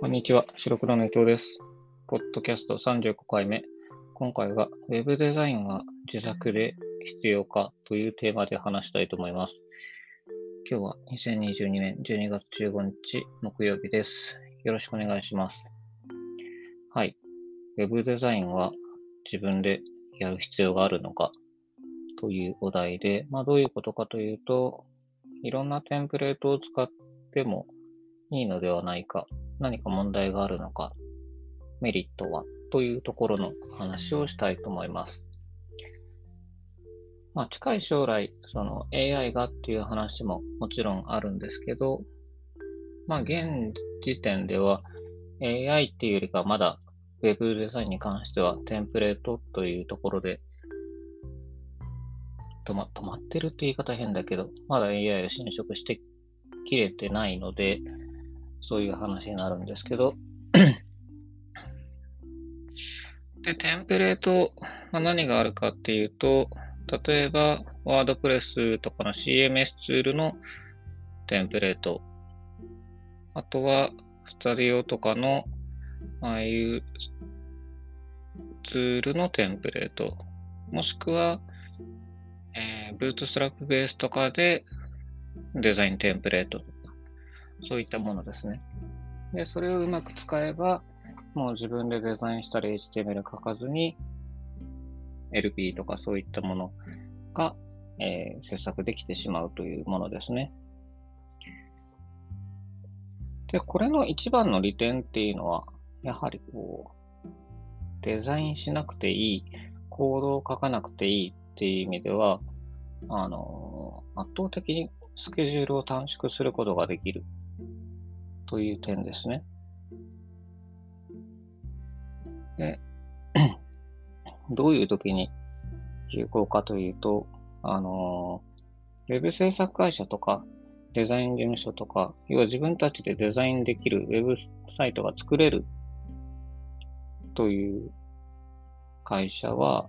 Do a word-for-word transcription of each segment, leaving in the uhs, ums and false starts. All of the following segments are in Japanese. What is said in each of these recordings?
んにちは、白黒の伊藤です。ポッドキャストさんじゅうごかいめ。今回は Web デザインは自作で必要かというテーマで話したいと思います。今日はにせんにじゅうにねんじゅうにがつじゅうごにち木曜日です。よろしくお願いします。はい。Web デザインは自分でやる必要があるのかというお題で、まあどういうことかというと、いろんなテンプレートを使ってもいいのではないか、何か問題があるのか、メリットはというところの話をしたいと思います。まあ、近い将来、その エーアイ がっていう話ももちろんあるんですけど、まあ、現時点では エーアイ っていうよりかまだ Web デザインに関してはテンプレートというところで止ま止まってるって言い方変だけど、まだ エーアイ を侵食してきれてないので、そういう話になるんですけど、で、テンプレートは何があるかっていうと、例えば、ワードプレスとかの シーエムエス ツールのテンプレート、あとは、スタディオとかの、ああいうツールのテンプレート、もしくは、えー、ブートストラップベースとかでデザインテンプレート、そういったものですね。で、それをうまく使えば、もう自分でデザインしたり エイチティーエムエル 書かずに、エルピー とかそういったものが、えー、制作できてしまうというものですね。で、これの一番の利点っていうのは、やはりこう、デザインしなくていい、コードを書かなくていいっていう意味では、あの、圧倒的にスケジュールを短縮することができるという点ですね。で、どういう時に有効かというと、あの、ウェブ制作会社とかデザイン事務所とか、要は自分たちでデザインできるウェブサイトが作れるという会社は、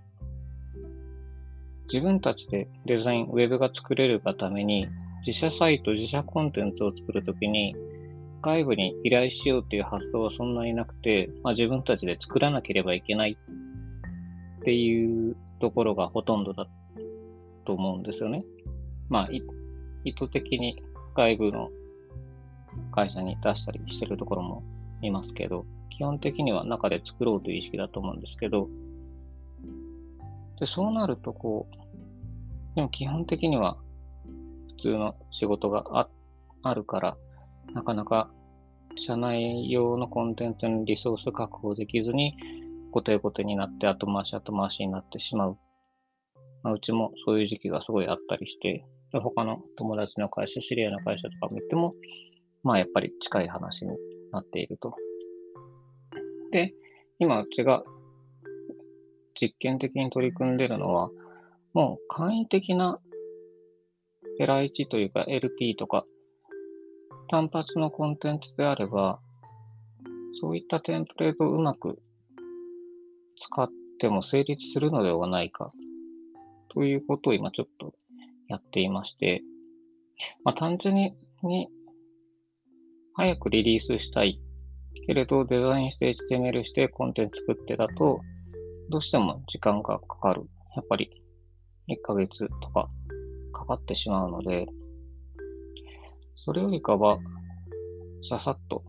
自分たちでデザイン、ウェブが作れるがために、自社サイト、自社コンテンツを作るときに、外部に依頼しようという発想はそんなになくて、まあ、自分たちで作らなければいけないっていうところがほとんどだと思うんですよね。まあ、意図的に外部の会社に出したりしてるところも見ますけど、基本的には中で作ろうという意識だと思うんですけど、でそうなるとこう、でも基本的には普通の仕事が あ, あるから、なかなか社内用のコンテンツにリソース確保できずに、後手後手になって後回し後回しになってしまう。まあ、うちもそういう時期がすごいあったりして、で他の友達の会社、知り合いの会社とか見ても、まあやっぱり近い話になっていると。で、今うちが実験的に取り組んでいるのは、もう簡易的なペラいちというか エルピー とか単発のコンテンツであれば、そういったテンプレートをうまく使っても成立するのではないかということを今ちょっとやっていまして、まあ、単純にに早くリリースしたいけれどデザインして エイチティーエムエル してコンテンツ作ってだとどうしても時間がかかる。やっぱりいっかげつとかかかってしまうので、それよりかはささっと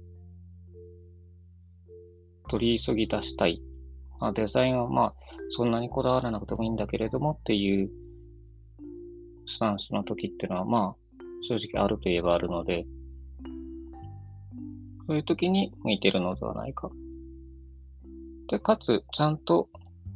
取り急ぎ出したい。まあ、デザインはまあそんなにこだわらなくてもいいんだけれどもっていうスタンスの時っていうのはまあ正直あるといえばあるので、そういう時に向いているのではないか。で、かつちゃんと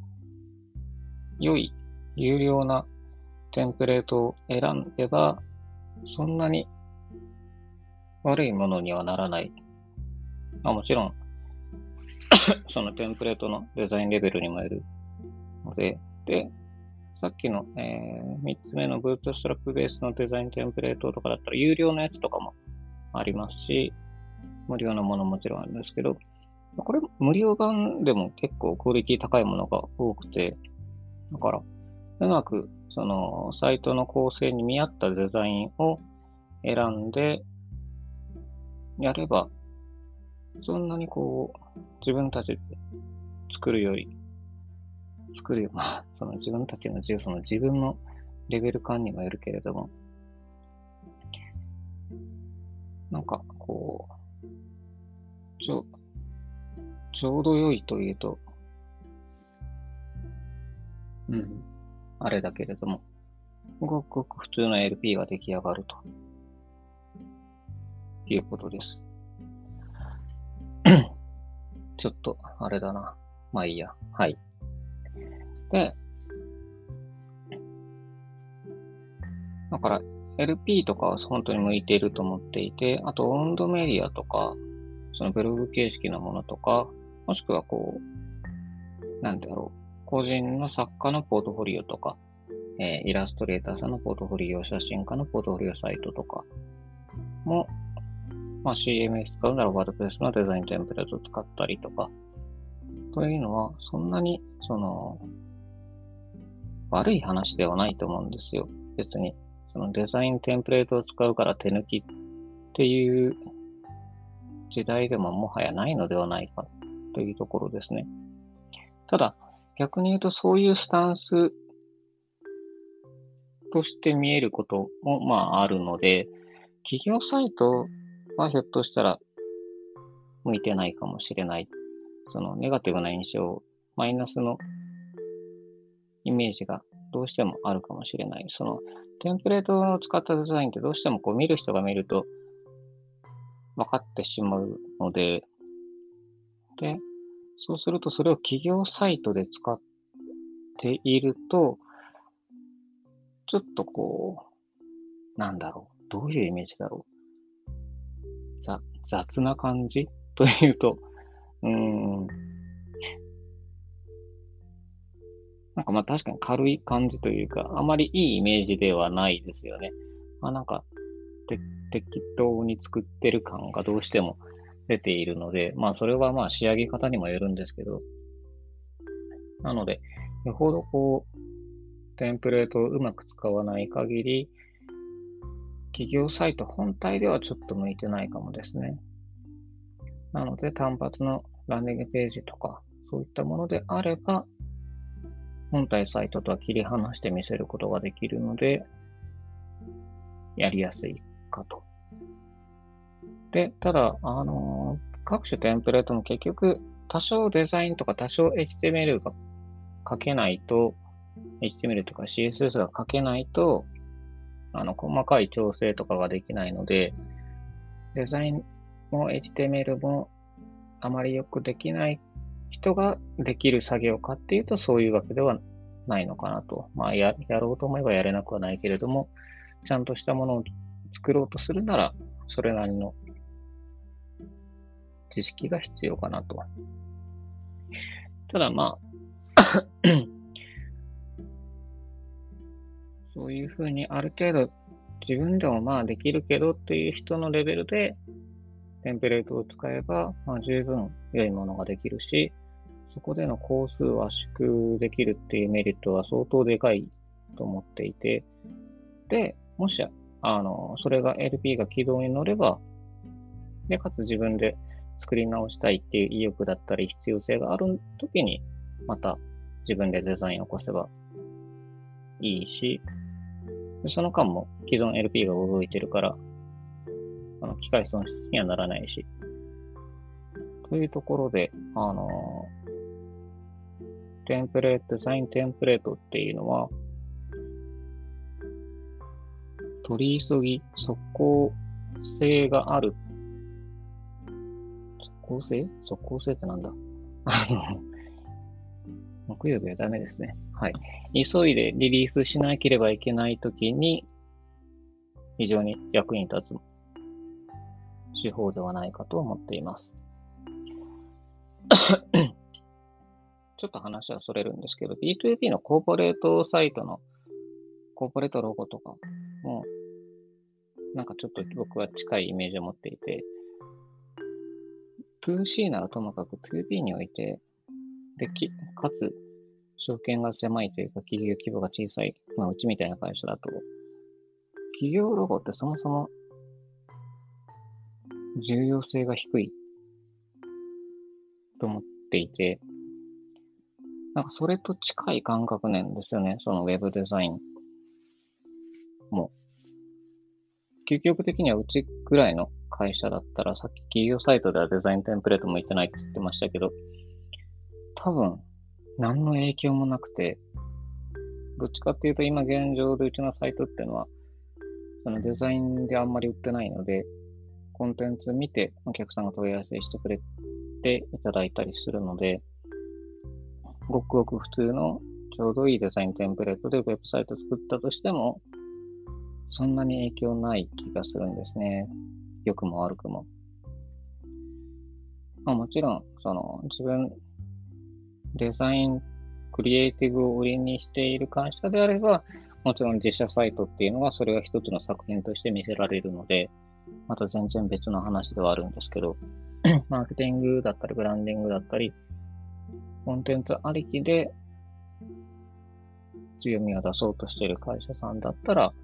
良い、有料なテンプレートを選べば、そんなに悪いものにはならない。まあ、もちろん、そのテンプレートのデザインレベルにもよるので、で、さっきの、えー、みっつめのブートストラップベースのデザインテンプレートとかだったら、有料のやつとかもありますし、無料のものももちろんあるんですけど、これ無料版でも結構クオリティ高いものが多くて、だから、うまくそのサイトの構成に見合ったデザインを選んでやれば、 そんなにこう、自分たちで作るより、作るよ、まあ、その自分たちの自由、その自分のレベル感にもよるけれども、なんかこう、ちょ、ちょうど良いというと、うん、あれだけれども、ごくごく普通の エルピー が出来上がるということです。ちょっと、あれだな。まあいいや。はい。で、だから エルピー とかは本当に向いていると思っていて、あと温度メディアとか、そのブログ形式のものとか、もしくはこう、なんだろう、個人の作家のポートフォリオとか、えーイラストレーターさんのポートフォリオ、写真家のポートフォリオサイトとかも、まあ、シーエムエス 使うならワードプレスのデザインテンプレートを使ったりとか、というのは、そんなに、その、悪い話ではないと思うんですよ。別に。そのデザインテンプレートを使うから手抜きっていう時代でももはやないのではないかというところですね。ただ、逆に言うとそういうスタンスとして見えることもまああるので、企業サイトはひょっとしたら向いてないかもしれない。そのネガティブな印象、マイナスのイメージがどうしてもあるかもしれない。そのテンプレートを使ったデザインってどうしてもこう見る人が見ると分かってしまうので、で、そうするとそれを企業サイトで使っていると、ちょっとこう、なんだろう。どういうイメージだろう。ざ雑な感じというと、うーん、なんかまあ確かに軽い感じというか、あまりいいイメージではないですよね。まあなんか、て適当に作ってる感がどうしても出ているので、まあそれはまあ仕上げ方にもよるんですけど、なので、よほどこう、テンプレートをうまく使わない限り、企業サイト本体ではちょっと向いてないかもですね。なので単発のランディングページとか、そういったものであれば、本体サイトとは切り離して見せることができるので、やりやすいかと。で、ただ、あのー各種テンプレートも結局、多少デザインとか多少 エイチティーエムエル が書けないと、エイチティーエムエル とか シーエスエス が書けないと、あの、細かい調整とかができないので、デザインも エイチティーエムエル もあまりよくできない人ができる作業かっていうと、そういうわけではないのかなと。まあや、やろうと思えばやれなくはないけれども、ちゃんとしたものを作ろうとするなら、それなりの知識が必要かなと。ただまあ、そういうふうにある程度自分でもまあできるけどっていう人のレベルでテンプレートを使えば、まあ、十分良いものができるし、そこでの工数を圧縮できるっていうメリットは相当でかいと思っていて、で、もし、あの、それが エルピー が起動に乗れば、で、かつ自分で作り直したいっていう意欲だったり必要性があるときに、また自分でデザインを起こせばいいし、でその間も既存 エルピー が動いてるから、あの機械損失にはならないし、というところで、あの、テンプレート、デザインテンプレートっていうのは、取り急ぎ、即効性がある。即効性即効性ってなんだあの、木曜日はダメですね。はい。急いでリリースしなければいけないときに、非常に役に立つ手法ではないかと思っています。ちょっと話はそれるんですけど、ビーツービー のコーポレートサイトのコーポレートロゴとかも、なんかちょっと僕は近いイメージを持っていて、ツーシー ならともかく ツービー において、でき、かつ、証券が狭いというか、企業規模が小さい、まあ、うちみたいな会社だと、企業ロゴってそもそも重要性が低いと思っていて、なんかそれと近い感覚なんですよね、そのウェブデザインも。究極的にはうちぐらいの会社だったら、さっき企業サイトではデザインテンプレート向いてないって言ってましたけど、多分、何の影響もなくて、どっちかっていうと今現状でうちのサイトっていうのは、そのデザインであんまり売ってないので、コンテンツ見てお客さんが問い合わせしてくれていただいたりするので、ごくごく普通のちょうどいいデザインテンプレートでウェブサイト作ったとしても、そんなに影響ない気がするんですね。良くも悪くも。まあ、もちろん、その自分、デザイン、クリエイティブを売りにしている会社であれば、もちろん自社サイトっていうのはそれが一つの作品として見せられるので、また全然別の話ではあるんですけど、マーケティングだったり、ブランディングだったり、コンテンツありきで強みを出そうとしている会社さんだったら、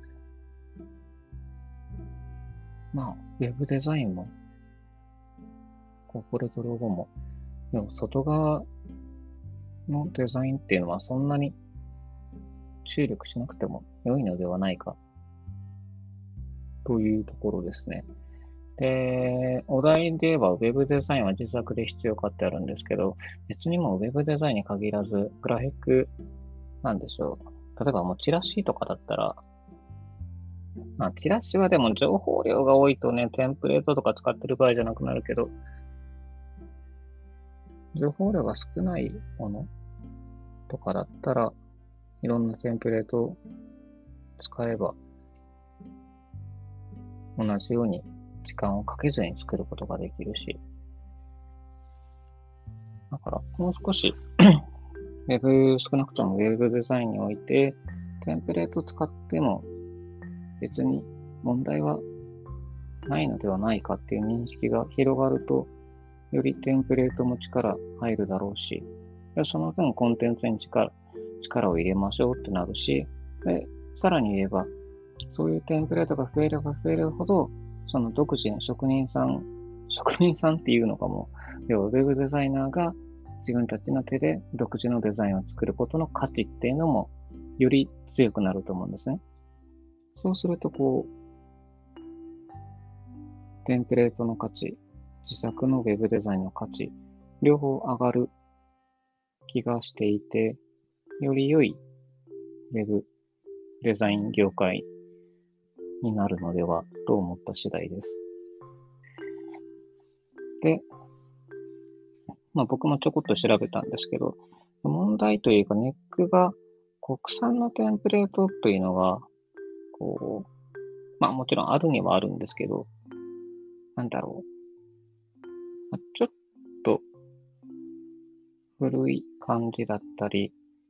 まあ、ウェブデザインも、コーポレートロゴも、でも外側のデザインっていうのはそんなに注力しなくても良いのではないかというところですね。で、お題で言えば Web デザインは自作で必要かってあるんですけど、別にもう Web デザインに限らず、グラフィック、なんでしょう。例えばもうチラシとかだったら、まあ、チラシはでも情報量が多いとね、テンプレートとか使ってる場合じゃなくなるけど、情報量が少ないものとかだったら、いろんなテンプレートを使えば、同じように時間をかけずに作ることができるし、だからもう少しウェブ、少なくともウェブデザインにおいて、テンプレートを使っても別に問題はないのではないかっていう認識が広がると、よりテンプレートも力入るだろうし、その分コンテンツに力力を入れましょうってなるし、でさらに言えば、そういうテンプレートが増えれば増えるほど、その独自の職人さん、職人さんっていうのかも、要はウェブデザイナーが自分たちの手で独自のデザインを作ることの価値っていうのも、より強くなると思うんですね。そうすると、こう、テンプレートの価値、自作のウェブデザインの価値、両方上がる気がしていて、より良いウェブデザイン業界になるのではと思った次第です。で、まあ僕もちょこっと調べたんですけど、問題というかネックが国産のテンプレートというのが、こう、まあもちろんあるにはあるんですけど、なんだろう。ちょっと古い感じだったり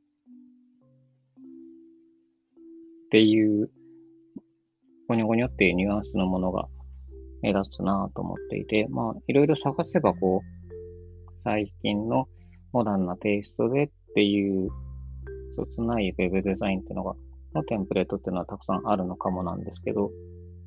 っていう、ゴニョゴニョっていうニュアンスのものが目立つなと思っていて、まあいろいろ探せばこう、最近のモダンなテイストでっていう、そつないウェブデザインっていうのが、のテンプレートっていうのはたくさんあるのかもなんですけど、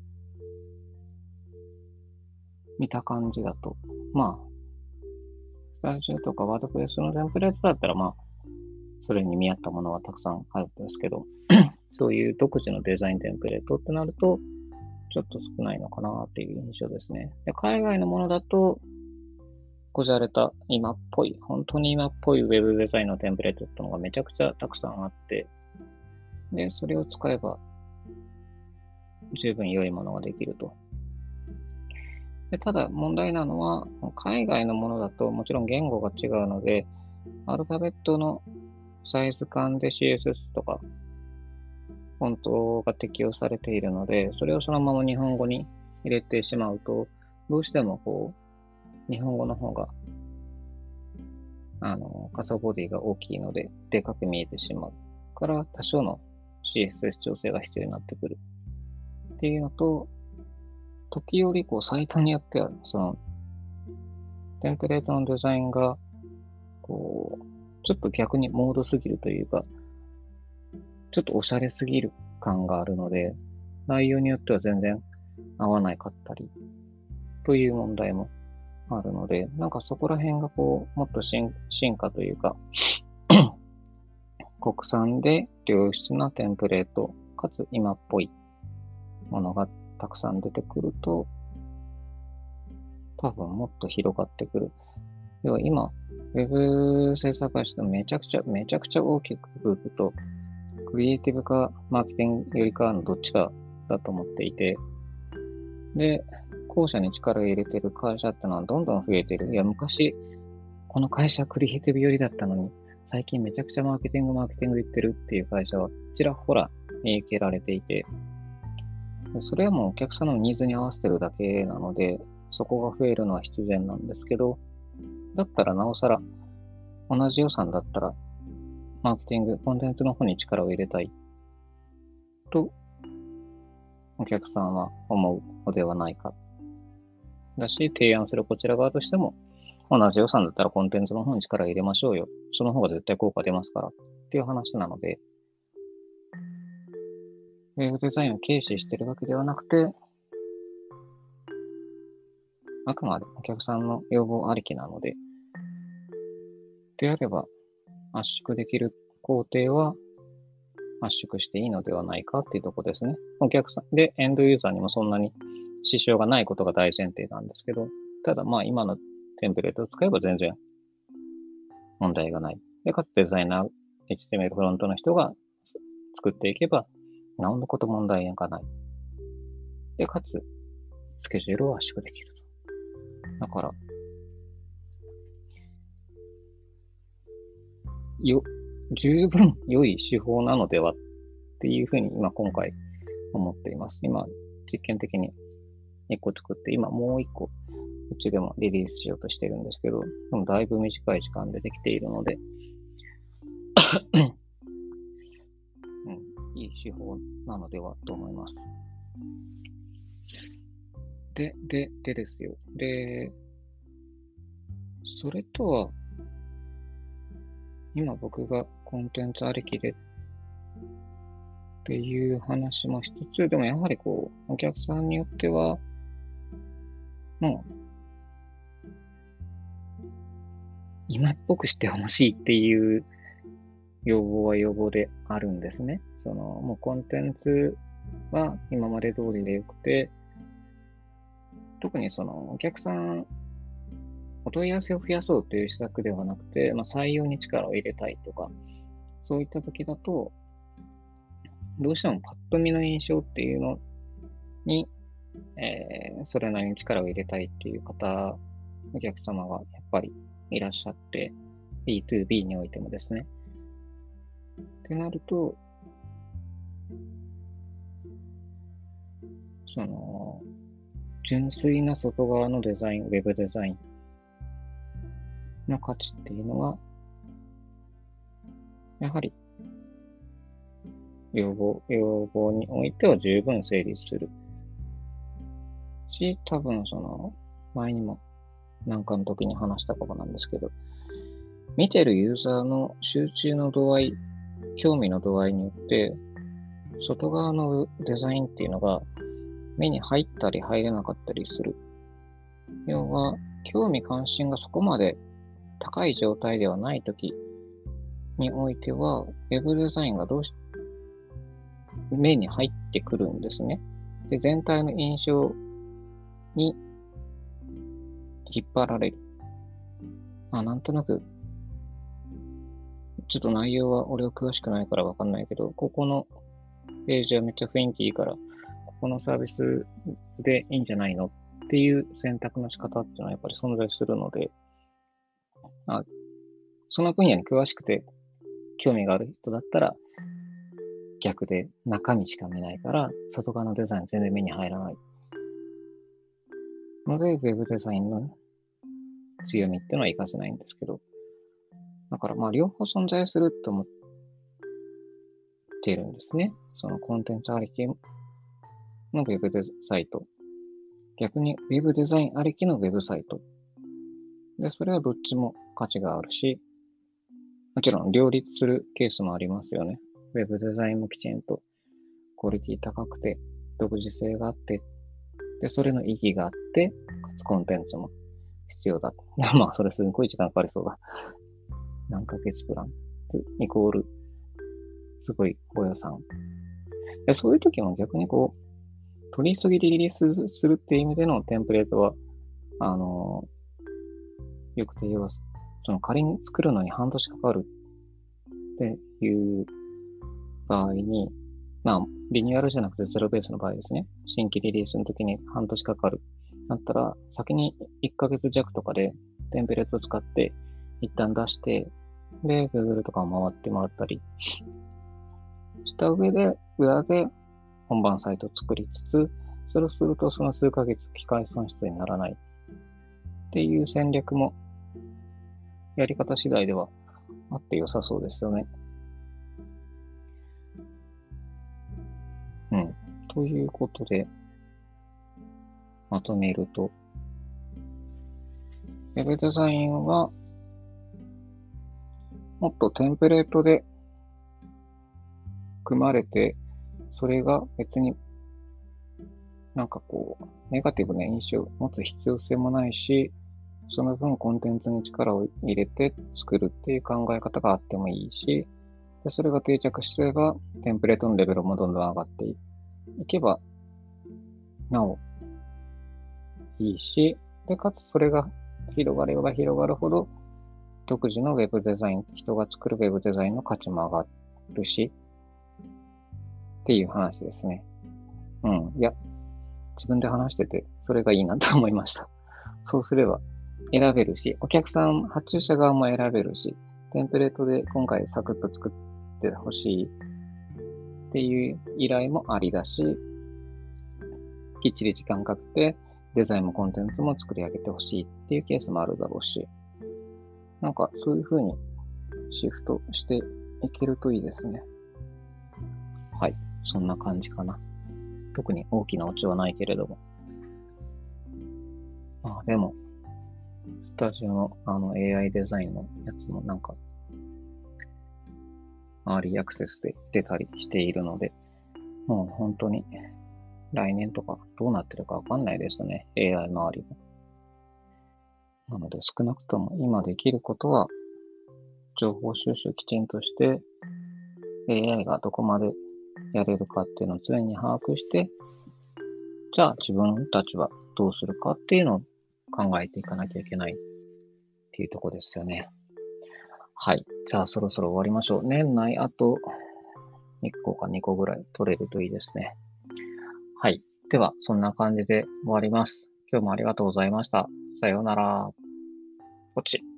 見た感じだと、まあ、スタジオとかワードプレスのテンプレートだったら、まあ、それに見合ったものはたくさんあるんですけど、そういう独自のデザインテンプレートってなると、ちょっと少ないのかなっていう印象ですね。で海外のものだと、こじゃれた今っぽい、本当に今っぽいウェブデザインのテンプレートってのがめちゃくちゃたくさんあって、で、それを使えば十分良いものができると。でただ問題なのは、海外のものだともちろん言語が違うので、アルファベットのサイズ感で シーエスエス とかフォントが適用されているので、それをそのまま日本語に入れてしまうと、どうしてもこう、日本語の方が、あの、仮想ボディが大きいので、でかく見えてしまうから、多少の シーエスエス 調整が必要になってくるっていうのと、時折こう、サイトによっては、その、テンプレートのデザインが、こう、ちょっと逆にモードすぎるというか、ちょっとおしゃれすぎる感があるので、内容によっては全然合わないかったり、という問題もあるので、なんかそこら辺がこう、もっと進進化というか、国産で良質なテンプレート、かつ今っぽいものがたくさん出てくると、多分もっと広がってくる。要は今、ウェブ制作会社とめちゃくちゃ、めちゃくちゃ大きくくると、クリエイティブかマーケティングよりかのどっちかだと思っていて、で、後者に力を入れてる会社ってのはどんどん増えてる。いや、昔、この会社クリエイティブ寄りだったのに、最近めちゃくちゃマーケティングマーケティング言ってるっていう会社はちらほら見受けられていて、それはもうお客さんのニーズに合わせてるだけなので、そこが増えるのは必然なんですけど、だったらなおさら、同じ予算だったら、マーケティング、コンテンツの方に力を入れたいと、お客さんは思うのではないか。だし、提案するこちら側としても、同じ予算だったらコンテンツの方に力を入れましょうよ。その方が絶対効果出ますからっていう話なので、ウェブデザインを軽視してるわけではなくて、あくまでお客さんの要望ありきなので、であれば圧縮できる工程は圧縮していいのではないかっていうところですね。お客さんでエンドユーザーにもそんなに支障がないことが大前提なんですけど、ただまあ今のテンプレートを使えば全然問題がない。で、かつデザイナー、エイチティーエムエル フロントの人が作っていけば、何のこと問題がない。で、かつ、スケジュールを圧縮できると。だから、よ、十分良い手法なのではっていうふうに今今回思っています。今、実験的にいっこ作って、今もういっこ、うちでもリリースしようとしてるんですけど、でもだいぶ短い時間でできているので、うん、いい手法なのではと思います。で、で、でですよ。で、それとは、今僕がコンテンツありきでっていう話もしつつ、でもやはりこう、お客さんによっては、もう、今っぽくしてほしいっていう要望は要望であるんですね。その、もうコンテンツは今まで通りでよくて、特にそのお客さん、お問い合わせを増やそうという施策ではなくて、まあ、採用に力を入れたいとか、そういった時だと、どうしてもパッと見の印象っていうのに、えー、それなりに力を入れたいっていう方、お客様がやっぱりいらっしゃって、ビーツービー においてもですね。ってなると、その、純粋な外側のデザイン、ウェブデザインの価値っていうのは、やはり、要望、要望においては十分成立するし、多分その、前にもなんかの時に話したかもなんですけど、見てるユーザーの集中の度合い、興味の度合いによって、外側のデザインっていうのが目に入ったり入れなかったりする。要は、興味関心がそこまで高い状態ではない時においては、ウェブデザインがどうし目に入ってくるんですね。で、全体の印象に引っ張られる。あ、なんとなく、ちょっと内容は俺は詳しくないからわかんないけど、ここのページはめっちゃ雰囲気いいから、ここのサービスでいいんじゃないのっていう選択の仕方っていうのはやっぱり存在するので、あ、その分野に詳しくて興味がある人だったら、逆で中身しか見ないから、外側のデザイン全然目に入らない。ので、ウェブデザインの強みっていうのは活かせないんですけど、だからまあ両方存在すると思っているんですね。そのコンテンツありきのウェブデサイト。逆にウェブデザインありきのウェブサイト。で、それはどっちも価値があるし、もちろん両立するケースもありますよね。ウェブデザインもきちんとクオリティ高くて、独自性があって、で、それの意義があって、かつコンテンツも必要だ。まあ、それすごい時間かかりそうだ。何ヶ月プランイコール、すごいご予算。でそういう時も逆にこう、取り急ぎでリリースするっていう意味でのテンプレートは、あのーよくて言えば、その仮に作るのに半年かかるっていう場合に、まあ、リニューアルじゃなくてゼロベースの場合ですね。新規リリースの時に半年かかる。だったら、先にいっかげつ弱とかでテンプレートを使って一旦出して、で、Google とかを回ってもらったりした上で、裏で本番サイトを作りつつ、それをするとその数ヶ月機械損失にならないっていう戦略もやり方次第ではあって良さそうですよね。うん。ということで、まとめると、ウェブデザインはもっとテンプレートで組まれて、それが別になんかこう、ネガティブな印象を持つ必要性もないし、その分コンテンツに力を入れて作るっていう考え方があってもいいし、でそれが定着してれば、テンプレートのレベルもどんどん上がっていけば、なおいいし、で、かつそれが広がれば広がるほど、独自のウェブデザイン、人が作るウェブデザインの価値も上がるし、っていう話ですね。うん。いや、自分で話してて、それがいいなと思いました。そうすれば選べるし、お客さん、発注者側も選べるし、テンプレートで今回サクッと作ってほしいっていう依頼もありだし、きっちり時間かけてデザインもコンテンツも作り上げてほしいっていうケースもあるだろうし、なんかそういう風にシフトしていけるといいですね。はい、そんな感じかな。特に大きなオチはないけれども。あ、でも、スタジオのあの エーアイ デザインのやつもなんか、アーリーアクセスで出たりしているので、もう本当に来年とかどうなってるかわかんないですよね。エーアイ 周りも。なので少なくとも今できることは、情報収集きちんとして、エーアイ がどこまでやれるかっていうのを常に把握して、じゃあ自分たちはどうするかっていうのを考えていかなきゃいけないっていうところですよね。はい。じゃあそろそろ終わりましょう。年内あといっこかにこぐらい取れるといいですね。はい。では、そんな感じで終わります。今日もありがとうございました。さようなら。こっち。